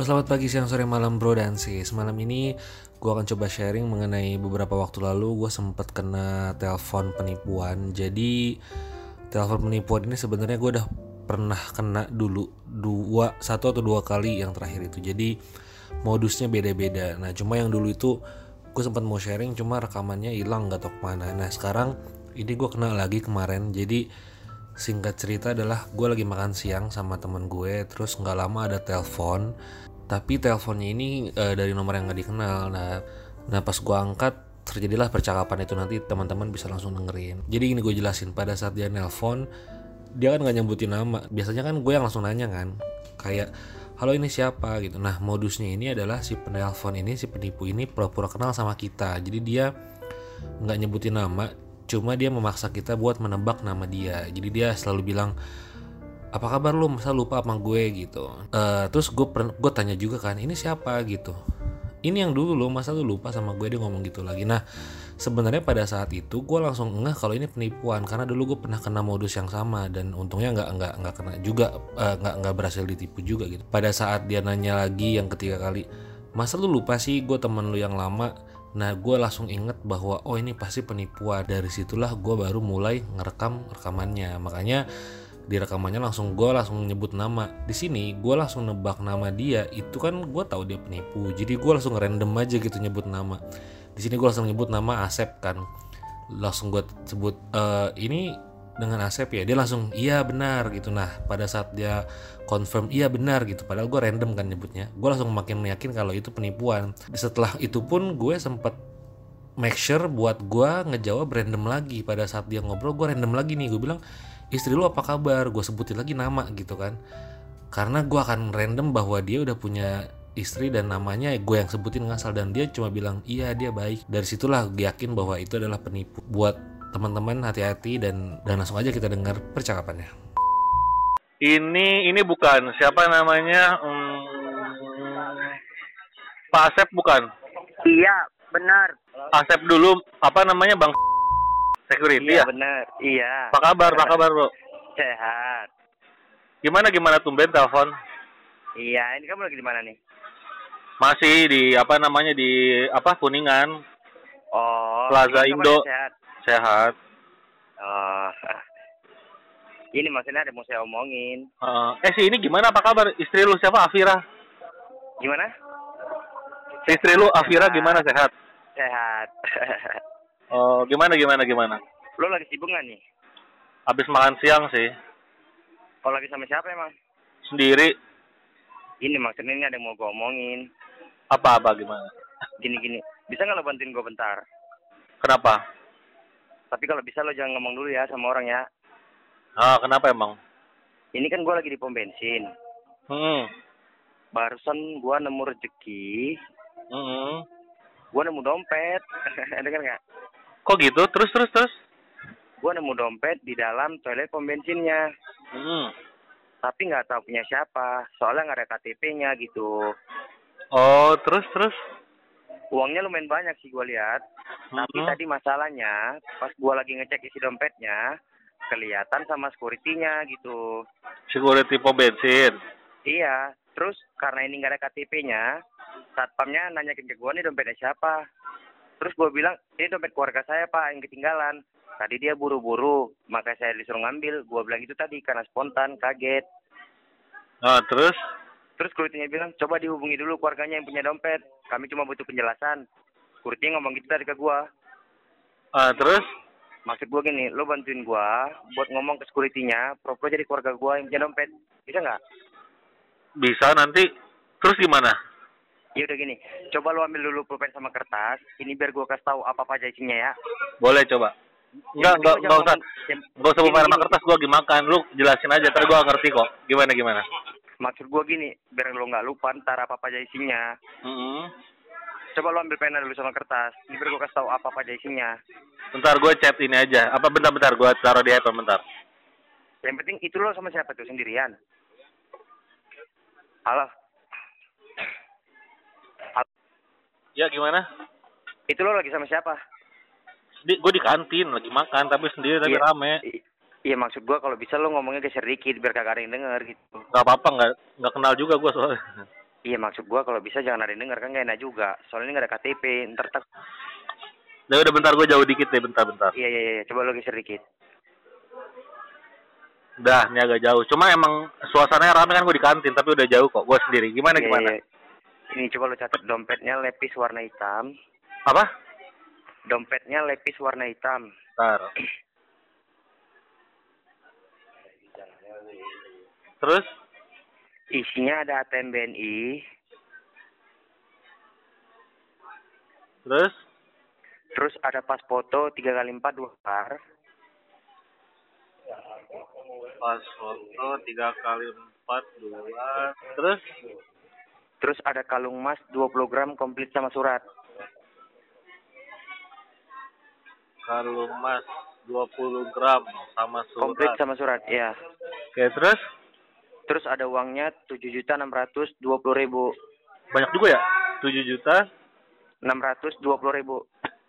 Selamat pagi, siang, sore, malam bro dan sis. Malam ini gue akan coba sharing mengenai beberapa waktu lalu gue sempat kena telepon penipuan. Jadi telepon penipuan ini sebenarnya gue udah pernah kena dulu satu atau dua kali yang terakhir itu. Jadi modusnya beda-beda. Nah cuma yang dulu itu gue sempat mau sharing cuma rekamannya hilang gak tau kemana. Nah sekarang ini gue kena lagi kemarin. Jadi singkat cerita adalah gue lagi makan siang sama temen gue, terus nggak lama ada telepon, tapi teleponnya ini dari nomor yang nggak dikenal. Nah pas gue angkat terjadilah percakapan itu, nanti teman-teman bisa langsung dengerin. Jadi ini gue jelasin, pada saat dia nelpon dia kan nggak nyebutin nama. Biasanya kan gue yang langsung nanya kan, kayak halo ini siapa gitu. Nah modusnya ini adalah si penelpon ini, si penipu ini pura-pura kenal sama kita. Jadi dia nggak nyebutin nama, cuma dia memaksa kita buat menebak nama dia. Jadi dia selalu bilang, apa kabar lu, masa lupa sama gue gitu. Terus gue tanya juga kan, ini siapa gitu, ini yang dulu lo, masa lu lupa sama gue, dia ngomong gitu lagi. Nah sebenarnya pada saat itu gue langsung ngeh kalau ini penipuan, karena dulu gue pernah kena modus yang sama dan untungnya nggak kena juga, nggak berhasil ditipu juga gitu. Pada saat dia nanya lagi yang ketiga kali, masa lu lupa sih gue temen lu yang lama. Nah gue langsung inget bahwa oh ini pasti penipuan. Dari situlah gue baru mulai ngerekam rekamannya. Makanya di rekamannya gue langsung nyebut nama. Di sini gue langsung nebak nama dia. Itu kan gue tahu dia penipu. Jadi gue langsung random aja gitu nyebut nama. Di sini gue langsung nyebut nama Asep kan. Langsung gue sebut ini dengan Asep ya. Dia langsung iya benar gitu. Nah pada saat dia confirm iya benar gitu, padahal gue random kan nyebutnya, gue langsung makin yakin kalau itu penipuan. Setelah itu pun gue sempet make sure buat gue ngejawab random lagi. Pada saat dia ngobrol gue random lagi nih, gue bilang istri lu apa kabar, gue sebutin lagi nama gitu kan, karena gue akan random bahwa dia udah punya istri dan namanya gue yang sebutin ngasal, dan dia cuma bilang iya dia baik. Dari situlah gue yakin bahwa itu adalah penipu. Buat teman-teman hati-hati dan langsung aja kita dengar percakapannya. Ini bukan siapa namanya, Pak Asep bukan? Iya, benar. Asep dulu apa namanya, Bang Security Iya, ya? benar. Iya. Apa kabar bro? Sehat. Gimana tumben telepon? Iya, ini kamu lagi di mana nih? Masih di Kuningan, Oh, Plaza gimana Indo. kabarnya, sehat. Sehat. Oh, ini maksudnya ada mau saya omongin. Si ini gimana, apa kabar? Istri lu siapa, Afira? Gimana? Istri lu Afira gimana, sehat? Sehat. Oh, gimana? Lo lagi sibuk nggak nih? Habis makan siang sih. Kalau lagi sama siapa emang? Sendiri. Ini maksudnya ini ada yang mau gue omongin. Apa gimana? Gini. Bisa nggak lo bantuin gue bentar? Kenapa? Tapi kalau bisa lo jangan ngomong dulu ya sama orang ya. Kenapa emang? Ini kan gue lagi di pom bensin. Barusan gue nemu rezeki. Gue nemu dompet. Dengar nggak? Kok gitu? Terus? Gue nemu dompet di dalam toilet pom bensinnya. Tapi nggak tahu punya siapa. Soalnya nggak ada KTP-nya gitu. Oh, terus? Uangnya lumayan banyak sih gue lihat. Tapi tadi masalahnya, pas gue lagi ngecek isi dompetnya, kelihatan sama security-nya gitu. Security pom bensin? Iya. Terus karena ini nggak ada KTP-nya, satpamnya nanyakin ke gue nih dompetnya siapa. Terus gue bilang, ini dompet keluarga saya pak yang ketinggalan. Tadi dia buru-buru, makanya saya disuruh ngambil. Gue bilang itu tadi karena spontan, kaget. Terus? Terus security-nya bilang, coba dihubungi dulu keluarganya yang punya dompet. Kami cuma butuh penjelasan. Security-nya ngomong gitu tadi ke gue. Terus? Maksud gue gini, lo bantuin gue buat ngomong ke security-nya, pura-pura jadi keluarga gue yang punya dompet. Bisa nggak? Bisa nanti. Terus gimana? Ya udah gini, coba lo ambil dulu pulpen sama kertas. Ini biar gue kasih tahu apa aja isinya ya. Boleh coba. Enggak usah. Enggak usah pulpen sama kertas, gue lagi makan. Lu jelasin aja, ntar gue ngerti kok. Gimana? Maksud gue gini, biar lo nggak lupa ntar apa aja isinya. Coba lo ambil pena dulu sama kertas. Ini biar gue kasih tahu apa aja isinya. Bentar, gue chat ini aja. Bentar, gue taruh di iPhone bentar. Yang penting itu lo sama siapa tuh, sendirian? Halo? Ya gimana? Itu lo lagi sama siapa? Gue di kantin lagi makan, tapi sendiri tapi rame. Iya maksud gue kalau bisa lo ngomongnya geser dikit biar kagak ada yang denger gitu. Gak apa-apa, nggak kenal juga gue soalnya. Iya, maksud gua kalau bisa jangan ada yang denger, kan nggak enak juga. Soalnya ini nggak ada KTP, ntar tak. Udah bentar, gue jauh dikit deh, bentar. Iya, iya, iya, coba lo geser dikit. Udah, ini agak jauh. Cuma emang suasananya rame kan, gue di kantin, tapi udah jauh kok. Gue sendiri. Gimana? Iya, iya. Ini coba lo catat, dompetnya lepis warna hitam. Apa? Dompetnya lepis warna hitam. Bentar. Terus? Isinya ada ATM BNI. Terus? Terus ada pas foto 3x4 2 lembar. Pas foto 3x4 2. Terus? Terus ada kalung emas 20 gram komplit sama surat. Kalung emas 20 gram sama surat. Komplit sama surat, ya. Oke, terus? Terus ada uangnya 7.620.000. Banyak juga ya? 7.620.000.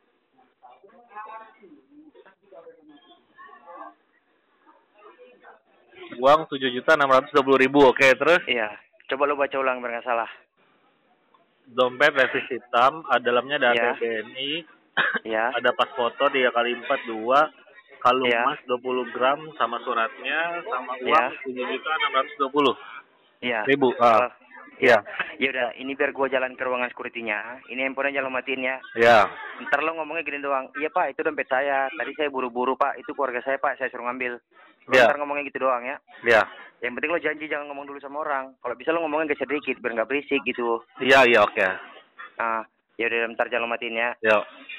Uang 7.620.000. Oke, terus? Iya. Coba lo baca ulang biar nggak salah. Dompet levis hitam, dalamnya ada Ya. ATM BNI, Ya. ada pas foto 3x4 2, kalung Ya. emas 20 gram sama suratnya, sama uang Ya. 7.620.000. Iya. Ah. Iya. Ya udah, ini biar gua jalan ke ruangan sekuritinya. Ini handphonenya jangan lo matiin ya. Ya. Ntar lo ngomongnya gini doang. Iya Pak, itu dompet saya. Tadi saya buru-buru Pak. Itu keluarga saya Pak. Saya suruh ngambil. Lo Ya. ntar ngomongnya gitu doang ya. Ya. Yang penting lo janji jangan ngomong dulu sama orang. Kalau bisa lo ngomongnya geser dikit biar nggak berisik gitu. Iya, oke. Ah, ya udah ntar jangan lo matiin ya. Yuk.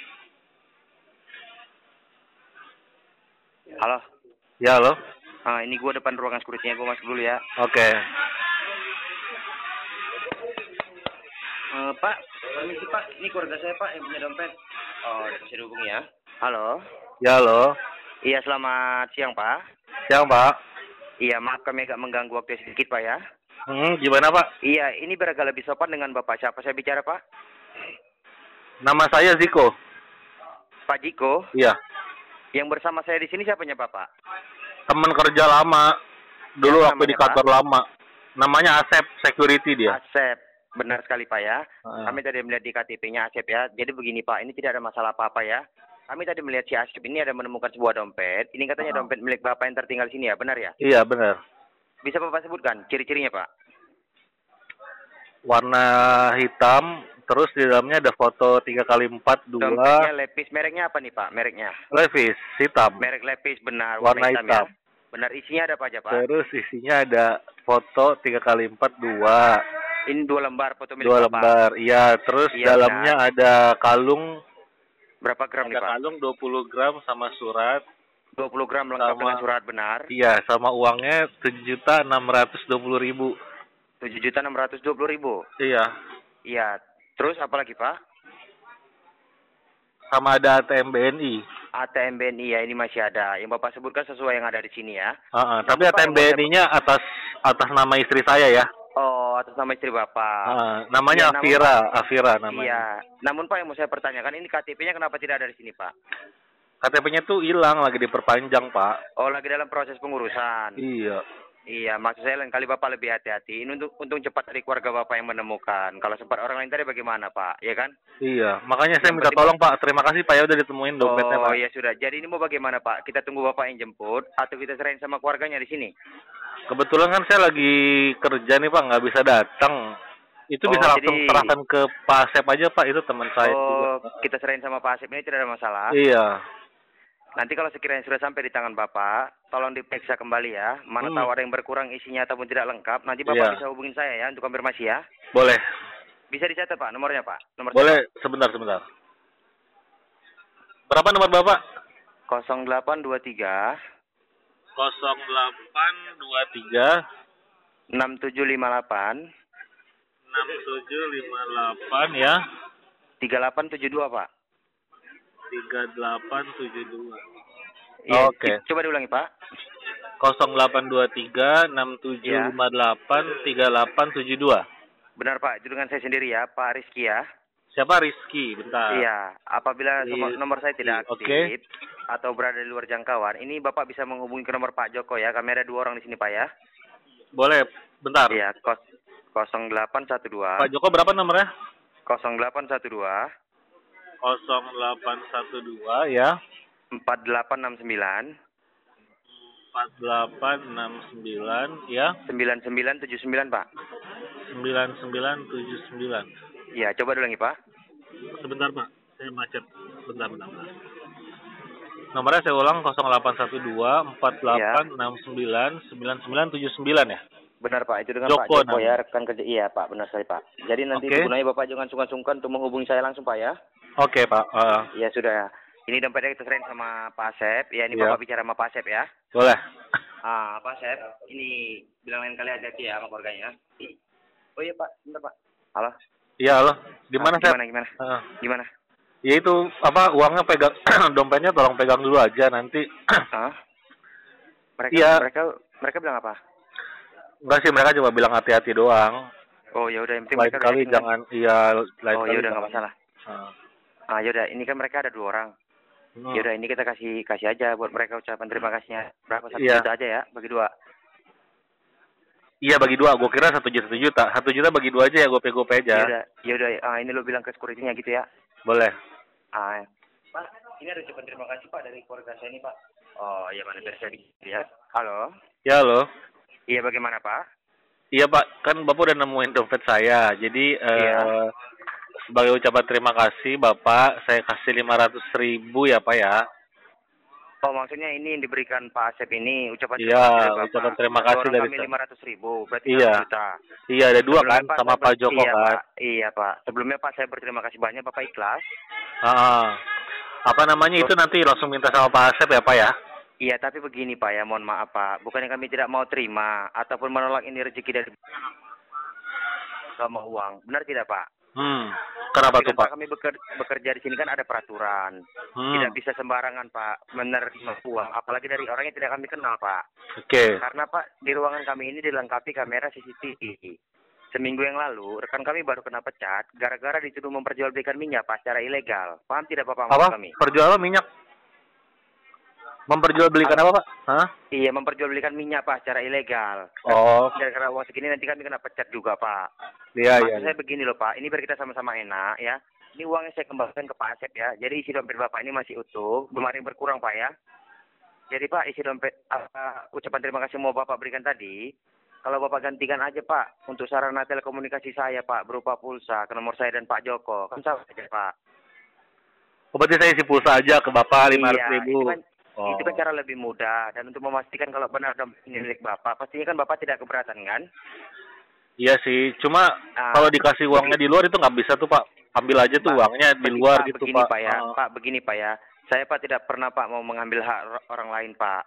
Halo. Ya, lo. Ah, ini gua depan ruangan sekuritinya. Gua masuk dulu ya. Oke. Pak, permisi Pak. Ini keluarga saya Pak yang punya dompet. Oh, udah bisa dihubungi ya. Halo. Ya, lo. Iya, selamat siang Pak. Siang, Pak. Iya, maaf kami agak mengganggu waktu sedikit Pak ya. Gimana, Pak? Iya, ini biar agak lebih sopan dengan Bapak. Siapa saya bicara Pak? Nama saya Ziko. Pak Jiko. Iya. Yang bersama saya di sini siapanya Bapak? Teman kerja lama. Dulu Siapa waktu di namanya, kantor lama. Namanya Asep, security dia. Asep. Benar sekali Pak ya. Ah. Kami tadi melihat di KTP-nya Asep ya. Jadi begini Pak, ini tidak ada masalah apa-apa ya. Kami tadi melihat si Asep ini ada menemukan sebuah dompet. Ini katanya dompet milik Bapak yang tertinggal di sini ya, benar ya? Iya, benar. Bisa Bapak sebutkan ciri-cirinya Pak? Warna hitam, terus di dalamnya ada foto 3x4 2. Dompetnya lepis. Mereknya apa nih Pak? Mereknya? Levis hitam. Merek lepis, benar. Warna hitam. Ya? Benar, isinya ada apa aja Pak? Terus isinya ada foto 3x4 2. Ini 2 lembar foto milik 2 Bapak. lembar. Iya, terus Iya, dalamnya ada kalung. Berapa gram nih Ada Pak? kalung 20 gram sama surat. 20 gram lengkap Sama- dengan surat, benar. Iya, sama uangnya 7.620.000. 7.620.000. Iya. Iya. Terus apa lagi Pak? Sama ada ATM BNI. ATM BNI ya, ini masih ada. Yang Bapak sebutkan sesuai yang ada di sini ya. Tapi ATM BNI-nya atas nama istri saya ya. Oh, atas nama istri Bapak. Namanya Iya, Afira namanya. Iya. Namun Pak, yang mau saya pertanyakan, ini KTP-nya kenapa tidak ada di sini Pak? KTP-nya tuh hilang, lagi diperpanjang, Pak. Oh, lagi dalam proses pengurusan. Iya. Iya, maksud saya lain kali Bapak lebih hati-hati. Ini untung cepat dari keluarga Bapak yang menemukan. Kalau sempat orang lain tadi bagaimana Pak? Ya kan? Iya, makanya saya Yang minta penting- tolong Pak. Terima kasih Pak ya udah ditemuin dompetnya Oh, Pak. iya sudah. Jadi ini mau bagaimana Pak? Kita tunggu Bapak yang jemput atau kita serahin sama keluarganya di sini? Kebetulan kan saya lagi kerja nih Pak, nggak bisa datang. Itu bisa Oh, langsung jadi- serahkan ke Pak Asep aja Pak, itu teman saya Oh, juga. kita serahin sama Pak Asep ini tidak ada masalah. Iya. Nanti kalau sekiranya sudah sampai di tangan Bapak, tolong diperiksa kembali ya. Mana tahu ada yang berkurang isinya ataupun tidak lengkap. Nanti Bapak Iya. bisa hubungin saya ya untuk konfirmasi ya. Boleh. Bisa dicatat Pak nomornya Pak? Nomor Boleh, sebentar. Berapa nomor Bapak? 0823 0823 6758 6758 ya. 3872 Pak. 3872. Iya, Oke. coba diulangi Pak. 0823 6758 3872. Benar Pak, itu dengan saya sendiri ya, Pak Rizky ya. Siapa Rizky? Bentar. Iya, apabila Rizky. nomor saya tidak aktif Oke. atau berada di luar jangkauan, ini Bapak bisa menghubungi ke nomor Pak Joko ya. Kami ada 2 orang di sini Pak ya. Boleh, bentar. Iya, 0812 Pak Joko berapa nomornya? 0812 0812 ya. 4869 4869 ya. 9979 Pak. 9979. Iya, coba dulu lagi Pak. Sebentar Pak, saya macet. Bentar. Nomornya saya ulang 0812 4869 9979 ya. Benar Pak, itu dengan Joko, Pak Joko ya, rekan kerja. Iya Pak, benar sekali Pak. Jadi nanti Oke. gunanya Bapak jangan sungkan-sungkan untuk menghubungi saya langsung Pak ya. Oke Pak. Ya sudah. Ini dompetnya kita serahin sama Pak Asep. Ya, ini Iya. Bapak bicara sama Pak Asep ya. Boleh. Pak Asep, ini bilang lain kali hati-hati ya sama keluarganya. Oh iya Pak, bentar Pak. Halo. Iya halo. Gimana Sep? Gimana? Heeh. Gimana? Ya itu apa uangnya pegang dompetnya tolong pegang dulu aja nanti. Hah? Mereka, Iya. mereka bilang apa? Enggak sih, mereka cuma bilang hati-hati doang. Oh ya udah, yang penting Lain mereka kali udah yakin, kan? jangan iya lain Oh kali. ya udah jangan. nggak masalah. Heeh. Ya udah, ini kan mereka ada 2 orang. Ya udah, ini kita kasih aja buat mereka ucapan terima kasihnya. Berapa? 1 Iya. juta aja ya, bagi 2. Iya bagi 2, gue kira 1 juta. 1 juta bagi 2 aja ya, gope aja. Ya udah, ini lo bilang ke security-nya gitu ya. Boleh. Pak, ini ada ucapan terima kasih Pak dari keluarga saya ini Pak. Oh iya, mana biar saya ya. Halo. Ya halo. Iya, bagaimana Pak? Iya Pak, kan Bapak udah nemuin dompet saya. Jadi Iya. sebagai ucapan terima kasih Bapak, saya kasih 500.000 ya Pak ya. Oh, maksudnya ini yang diberikan Pak Asep ini ucapan Iya, Bapak. ucapan terima kasih dari kami 500.000, berarti Iya. 1 juta. Iya ada 2 kan Sebelumnya, sama saya Pak Joko iya, kan. Pak. Iya Pak. Sebelumnya Pak saya berterima kasih banyak, Bapak ikhlas. Apa namanya itu nanti langsung minta sama Pak Asep ya Pak ya. Iya, tapi begini Pak ya, mohon maaf Pak. Bukannya kami tidak mau terima ataupun menolak ini rezeki dari sama uang. Benar tidak Pak? Kenapa Tapi tuh kan, Pak? kami bekerja di sini kan ada peraturan. Tidak bisa sembarangan Pak menerima uang, apalagi dari orang yang tidak kami kenal Pak. Oke. Karena Pak, di ruangan kami ini dilengkapi kamera CCTV. Seminggu yang lalu, rekan kami baru kena pecat gara-gara dituduh memperjualbelikan minyak Pak secara ilegal. Paham tidak Bapak maksud Apa? kami? Perjualan minyak? Memperjualbelikan apa Pak? Hah? Iya, memperjualbelikan minyak Pak secara ilegal. Oh, Gara-gara uang segini nanti kami kena pecat juga Pak. iya Maksud iya. saya begini loh Pak, ini biar kita sama-sama enak ya. Ini uangnya saya kembalikan ke Pak Asep ya. Jadi isi dompet Bapak ini masih utuh, belum ada yang berkurang Pak ya. Jadi Pak, isi dompet ucapan terima kasih mau Bapak berikan tadi, kalau Bapak gantikan aja Pak untuk sarana telekomunikasi saya Pak berupa pulsa ke nomor saya dan Pak Joko. Kan sama aja Pak. Oh, berarti saya isi pulsa aja ke Bapak 500.000. Iya, itu kan cara lebih mudah, dan untuk memastikan kalau benar dompet ini milik Bapak, pastinya kan Bapak tidak keberatan kan? Iya sih, cuma kalau dikasih uangnya di luar itu nggak bisa tuh Pak. Ambil aja tuh uangnya di luar Pak, gitu begini, Pak. Pak ya, Pak begini Pak ya, saya Pak tidak pernah Pak mau mengambil hak orang lain Pak.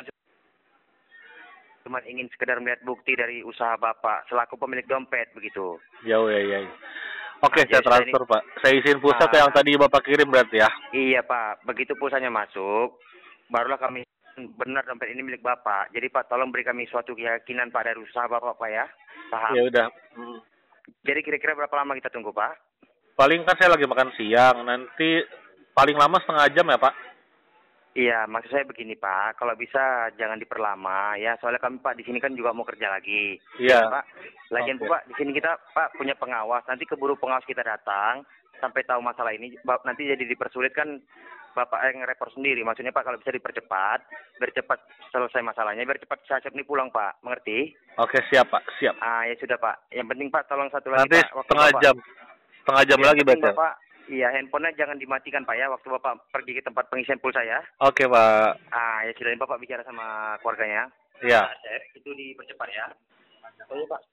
Cuma ingin sekedar melihat bukti dari usaha Bapak selaku pemilik dompet begitu. Ya. Oke, Nah, saya transfer Pak. Saya isiin pulsa ke yang tadi Bapak kirim berarti ya. Iya Pak, begitu pulsanya masuk, barulah kami benar dompet ini milik Bapak. Jadi Pak, tolong beri kami suatu keyakinan Pak dari usaha Bapak Pak ya. Paham? Ya udah. Jadi kira-kira berapa lama kita tunggu Pak? Paling kan saya lagi makan siang, nanti paling lama setengah jam ya Pak. Iya, maksud saya begini Pak, kalau bisa jangan diperlama ya, soalnya kami Pak di sini kan juga mau kerja lagi. Iya. Ya, Pak. Lagian Pak, di sini kita Pak punya pengawas, nanti keburu pengawas kita datang sampai tahu masalah ini, nanti jadi dipersulit kan Bapak yang repot sendiri. Maksudnya Pak kalau bisa dipercepat, biar cepat selesai masalahnya, biar cepat Asep ini pulang Pak, mengerti? Oke, siap Pak, siap. Ya sudah Pak. Yang penting Pak tolong satu lagi Nanti Pak. setengah jam lagi baca. Bapak, iya, handphonenya jangan dimatikan Pak ya, waktu Bapak pergi ke tempat pengisian pulsa ya. Oke Pak. Ya sudah, Bapak bicara sama keluarganya. Iya. Asep, itu dipercepat ya. Oh iya Pak.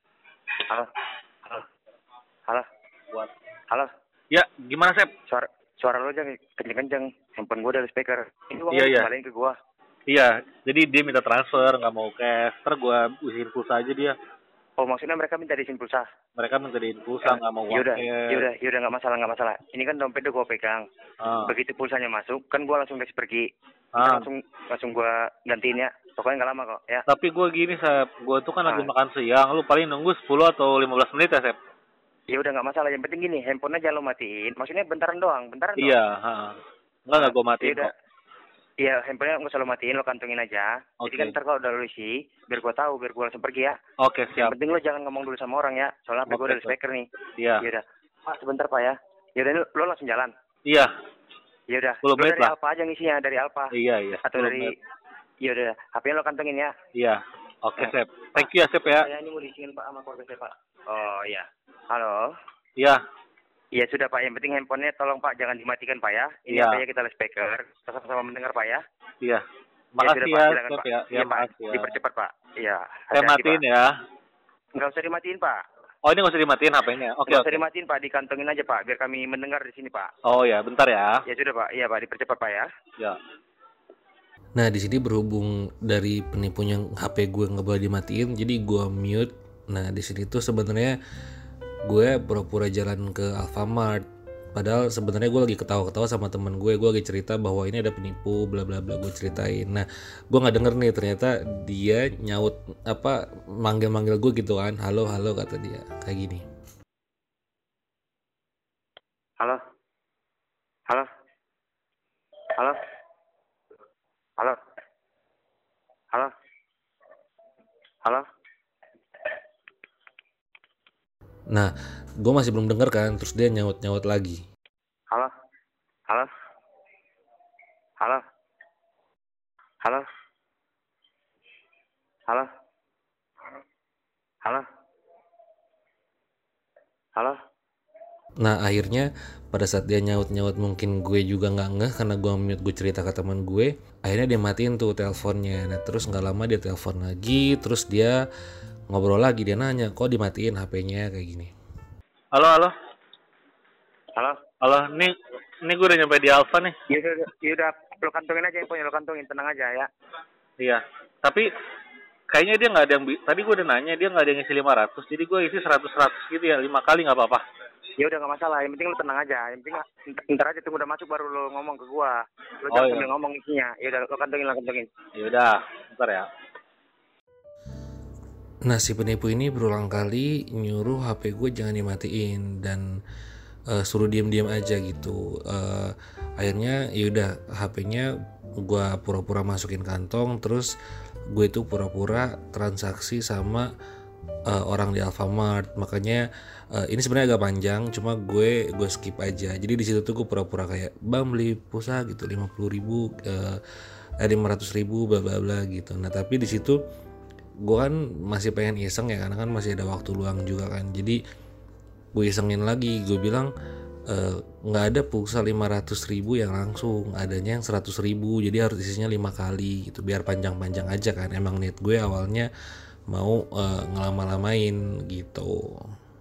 Halo. Halo. Ya, gimana Sep? Suara lo jangan kenceng-kenceng. Handphone gue dari speaker. Ini uang Iya. kembaliin ke gue. Iya, jadi dia minta transfer, nggak mau cash. Ntar gue usirin pulsa aja dia. Oh, maksudnya mereka minta diisiin pulsa? Mereka minta diisiin pulsa, nggak mau uang cash. Yaudah, nggak masalah. Ini kan dompet gue pegang. Begitu pulsanya masuk, kan gue langsung pergi. Langsung gue gantiin ya. Pokoknya nggak lama kok ya. Tapi gue gini Sep, gue tuh kan lagi makan siang. Lu paling nunggu 10 atau 15 menit ya Sep? Ya udah nggak masalah. Yang penting gini, handphonenya jangan lo matiin. Maksudnya bentaran doang. Iya. Enggak gue matiin kok. Iya, handphonenya nggak usah lo matiin, lo kantongin aja. Jadi Oke. kan ntar kalau udah lo isi, biar gue tahu, biar gue langsung pergi ya. Oke, Yang siap. penting lo jangan ngomong dulu sama orang ya, soalnya HP gue Oke, udah di siap. speaker nih. Iya. Ya udah, Pak sebentar Pak ya. Ya udah lo langsung jalan. Iya. Ya udah, 10 lo menit dari lah. Alfa aja ngisinya, dari Alfa. Iya, iya. Atau 10 dari, menit. ya udah, HP-nya lo kantongin ya. Iya. Oke, Nah, Sep. Thank you ya, Sep ya. Saya ini mau disingin Pak sama keluarga saya Pak. Oh iya. Halo. Iya. Iya sudah Pak, yang penting handphonenya tolong Pak jangan dimatikan Pak ya. Ini Iya. HP-nya kita live speaker, kita sama-sama mendengar Pak ya. Iya. Ya Makasih sudah, ya, Pak, silakan, Sep Pak. ya. Iya Pak, makasih ya. dipercepat Pak. Iya. Saya hati-hati, matiin Pak. ya. Nggak usah dimatiin Pak. Oh, ini nggak usah dimatiin HP-nya. Oke, Nggak oke. usah dimatiin Pak, dikantongin aja Pak, biar kami mendengar di sini Pak. Oh ya, bentar ya. Ya sudah Pak, iya Pak, dipercepat Pak ya. Ya. Nah di sini berhubung dari penipunya HP gue nggak boleh dimatiin, jadi gue mute. Nah di sini tuh sebenarnya gue pura-pura jalan ke Alfamart. Padahal sebenarnya gue lagi ketawa-ketawa sama temen gue lagi cerita bahwa ini ada penipu, bla bla bla, gue ceritain. Nah gue nggak denger nih, ternyata dia nyaut apa manggil-manggil gue gitu kan, halo halo kata dia kayak gini. Halo. Halo. Halo. Halo. Halo. Halo. Nah gue masih belum denger kan, terus dia nyaut-nyaut lagi. Halo. Halo. Halo. Halo. Halo. Halo. Halo. Nah akhirnya pada saat dia nyaut-nyaut mungkin gue juga nggak ngeh karena gue mute, gue cerita ke teman gue. Akhirnya dia matiin tuh teleponnya. Nah terus nggak lama dia telepon lagi, terus dia ngobrol lagi, dia nanya kok dimatiin HP-nya kayak gini. Halo, halo. Halo. Halo, ini gue udah nyampe di Alfa nih. Yaudah, lo kantongin aja infonya, lo kantongin, tenang aja ya. Iya. Tapi kayaknya dia nggak ada yang tadi gue udah nanya, dia nggak ada yang isi 500. Jadi gue isi 100 gitu ya, 5 kali nggak apa-apa. Ya udah nggak masalah, yang penting lo tenang aja. Yang penting ntar aja tunggu udah masuk baru lo ngomong ke gua. Lo Oh, jangan iya. sambil ngomong isinya. Ya udah lo kantongin. Ya udah, bentar ya. Nah si penipu ini berulang kali nyuruh HP gue jangan dimatiin dan suruh diam-diam aja gitu. Akhirnya yaudah HP-nya gue pura-pura masukin kantong, terus gue itu pura-pura transaksi sama orang di Alfamart. Makanya ini sebenarnya agak panjang, cuma gue skip aja. Jadi di situ tuh gue pura-pura kayak bang beli pulsa gitu 50.000 500.000 bla bla bla gitu. Nah tapi di situ gue kan masih pengen iseng ya, karena kan masih ada waktu luang juga kan. Jadi gue isengin lagi, gue bilang nggak ada pulsa 500.000 yang langsung, adanya yang 100.000, jadi harus isinya 5 kali gitu biar panjang-panjang aja kan. Emang niat gue awalnya mau ngelama-lamain gitu.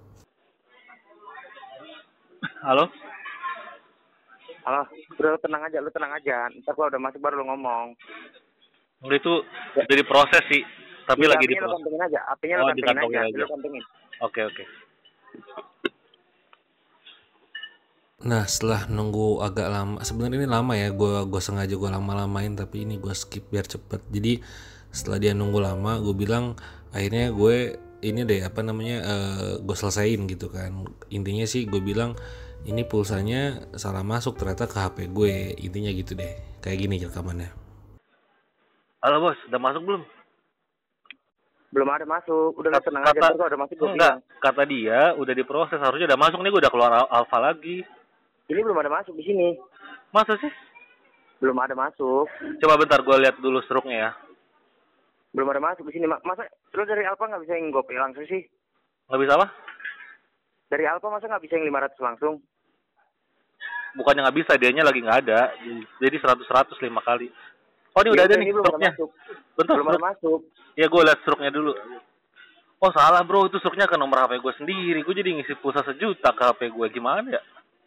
Halo? Halo, udah lo tenang aja. Ntar kalau udah masuk baru lo ngomong. Udah itu udah diproses sih, tapi Ya, lagi HP-nya lo diproses. kantongin aja. HP-nya lo Oh, kantongin dikantongin aja. aja. Lo kantongin. Oke, oke. Nah setelah nunggu agak lama, sebenarnya ini lama ya, gue sengaja gue lama-lamain tapi ini gue skip biar cepet. Jadi setelah dia nunggu lama, gue bilang akhirnya gue ini deh apa namanya gue selesaiin gitu kan. Intinya sih gue bilang ini pulsanya salah masuk ternyata ke HP gue, intinya gitu deh. Kayak gini rekamannya. Halo bos, udah masuk belum? Belum ada masuk. Udah lo tenang aja. Ntar kalau udah masuk gue enggak, bilang. kata dia udah diproses, harusnya udah masuk nih, gue udah keluar Alfa lagi. Ini belum ada masuk di sini. Masa sih? Belum ada masuk. Coba bentar gue lihat dulu struknya ya. Belum ada masuk di sini. Masa lo dari Alfa nggak bisa yang GoPay langsung sih? Nggak bisa apa? Dari Alfa masa nggak bisa yang 500 langsung? Bukannya nggak bisa, dianya lagi nggak ada. Jadi 100 5 kali. Oh ini udah Ya, ada ini nih belum ada struknya. masuk. Bentar, Belum ada masuk. Ya gue lihat struknya dulu. Oh salah bro, itu struknya ke nomor HP gue sendiri. Gue jadi ngisi pulsa 1 juta ke HP gue, gimana ya?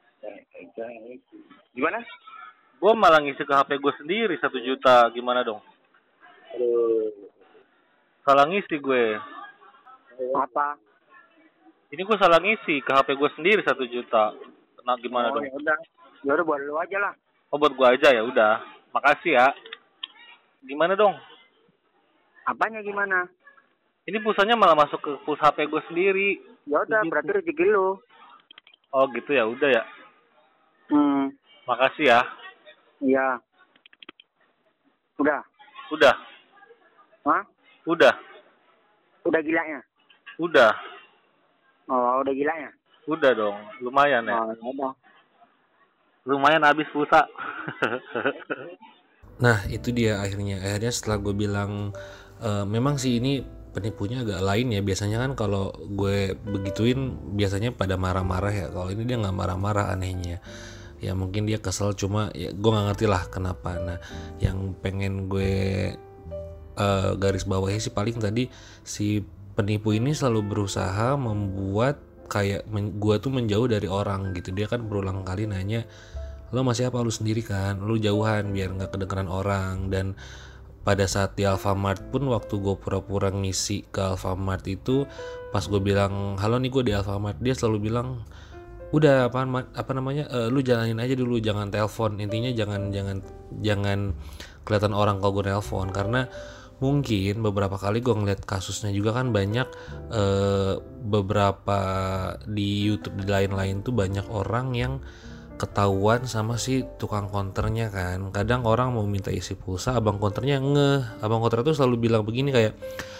Gimana? Gue malah ngisi ke HP gue sendiri 1 juta, gimana dong? Aduh. Salah ngisi gue. Apa? Ini gue salah ngisi ke HP gue sendiri 1 juta. Nah gimana dong? Ya udah. Ya udah buat lo aja lah. Oh buat gue aja ya udah. Makasih ya. Gimana dong? Apanya gimana? Ini pulsanya malah masuk ke pulsa HP gue sendiri. Ya udah, Gitu. berarti rezeki lo. Oh gitu ya, udah ya. Hmm. Makasih ya. Iya. Udah. Udah. Hah? Udah. Udah gilanya? Udah. Oh, udah gilanya? Udah dong. Lumayan ya. Oh, udah. Lumayan habis pulsa. Nah itu dia akhirnya setelah gue bilang memang sih ini penipunya agak lain ya. Biasanya kan kalau gue begituin biasanya pada marah-marah ya. Kalau ini dia nggak marah-marah anehnya. Ya mungkin dia kesel, cuma ya gue nggak ngerti lah kenapa. Nah yang pengen gue garis bawahi sih paling tadi, si penipu ini selalu berusaha membuat kayak gue tuh menjauh dari orang gitu. Dia kan berulang kali nanya, lo masih apa, lu sendiri kan, lu jauhan biar nggak kedengeran orang. Dan pada saat di Alfamart pun, waktu gue pura-pura ngisi ke Alfamart itu, pas gue bilang halo nih gue di Alfamart, dia selalu bilang udah apa namanya lu jalanin aja dulu, jangan telepon. Intinya jangan kelihatan orang kalau gue telepon, karena mungkin beberapa kali gue ngeliat kasusnya juga kan banyak beberapa di YouTube di lain-lain tuh banyak orang yang ketahuan sama si tukang konternya kan. Kadang orang mau minta isi pulsa, abang konternya abang konter tuh selalu bilang begini kayak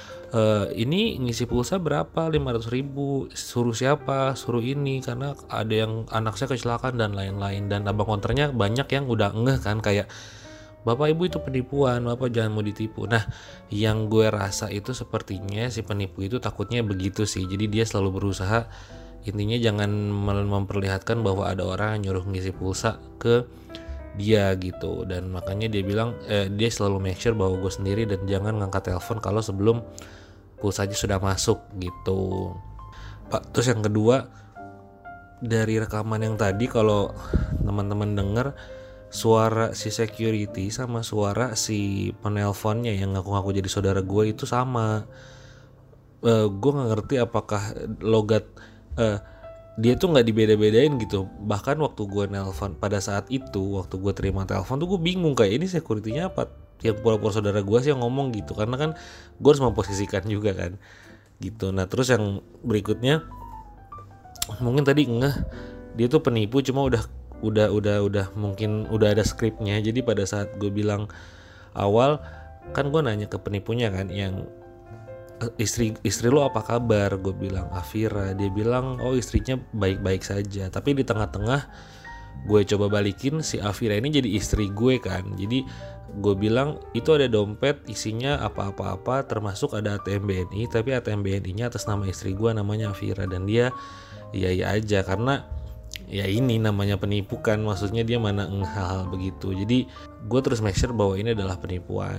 ini ngisi pulsa berapa, 500.000, suruh siapa, suruh ini, karena ada yang anak saya kecelakaan dan lain-lain. Dan abang konternya banyak yang udah kan kayak, bapak ibu itu penipuan, bapak jangan mau ditipu. Nah yang gue rasa itu sepertinya si penipu itu takutnya begitu sih. Jadi dia selalu berusaha, intinya jangan memperlihatkan bahwa ada orang yang nyuruh ngisi pulsa ke dia gitu. Dan makanya dia bilang dia selalu make sure bahwa gue sendiri dan jangan ngangkat telepon kalau sebelum pulsanya sudah masuk gitu Pak. Terus yang kedua, dari rekaman yang tadi kalau teman-teman denger, suara si security sama suara si penelponnya yang ngaku-ngaku jadi saudara gue itu sama. Gue nggak ngerti apakah logat dia tuh nggak dibeda-bedain gitu. Bahkan waktu gue nelpon pada saat itu, waktu gue terima telepon tuh gue bingung kayak ini securitynya apa yang pura-pura saudara gue sih yang ngomong gitu, karena kan gue harus memposisikan juga kan gitu. Nah terus yang berikutnya, mungkin tadi dia tuh penipu, cuma udah mungkin udah ada skripnya. Jadi pada saat gue bilang awal kan gue nanya ke penipunya kan, yang istri lo apa kabar, gue bilang Afira. Dia bilang oh istrinya baik-baik saja. Tapi di tengah-tengah gue coba balikin, si Afira ini jadi istri gue kan. Jadi gue bilang itu ada dompet isinya apa-apa termasuk ada ATM BNI, tapi ATM BNI-nya atas nama istri gue namanya Afira. Dan dia iya aja karena ya ini namanya penipu kan, maksudnya dia mana hal-hal begitu. Jadi gue terus make sure bahwa ini adalah penipuan.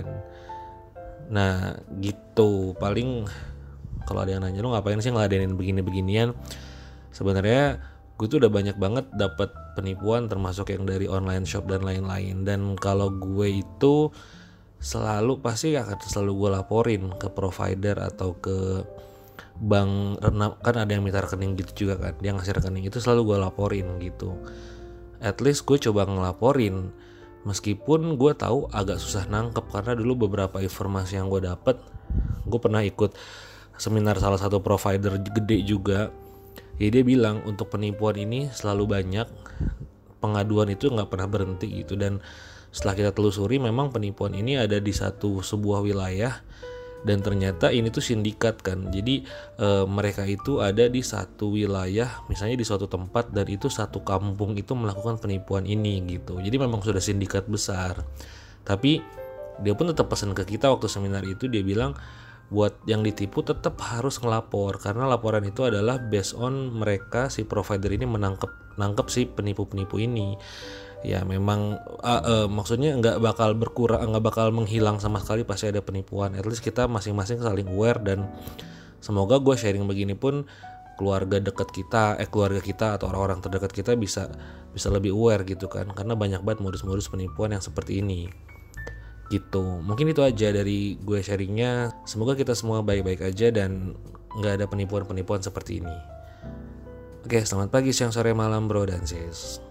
Nah gitu, paling kalau ada yang nanya lu ngapain sih ngeladenin begini-beginian, sebenarnya gue tuh udah banyak banget dapat penipuan, termasuk yang dari online shop dan lain-lain. Dan kalau gue itu selalu pasti akan selalu gue laporin ke provider atau ke bank, kan ada yang minta rekening gitu juga kan, dia ngasih rekening, itu selalu gue laporin gitu. At least gue coba ngelaporin, meskipun gue tahu agak susah nangkep, karena dulu beberapa informasi yang gue dapet, gue pernah ikut seminar salah satu provider gede juga. Ya dia bilang untuk penipuan ini selalu banyak, pengaduan itu nggak pernah berhenti gitu. Dan setelah kita telusuri, memang penipuan ini ada di sebuah wilayah, dan ternyata ini tuh sindikat kan. Jadi mereka itu ada di satu wilayah, misalnya di suatu tempat, dan itu satu kampung itu melakukan penipuan ini gitu. Jadi memang sudah sindikat besar. Tapi dia pun tetap pesan ke kita waktu seminar itu, dia bilang buat yang ditipu tetap harus ngelapor, karena laporan itu adalah based on mereka, si provider ini nangkep si penipu-penipu ini. Ya memang maksudnya nggak bakal berkurang, nggak bakal menghilang sama sekali, pasti ada penipuan. At least kita masing-masing saling aware, dan semoga gue sharing begini pun keluarga kita atau orang-orang terdekat kita bisa lebih aware gitu kan, karena banyak banget modus-modus penipuan yang seperti ini gitu. Mungkin itu aja dari gue sharingnya. Semoga kita semua baik-baik aja dan nggak ada penipuan-penipuan seperti ini. Oke, selamat pagi, siang, sore, malam bro dan sis.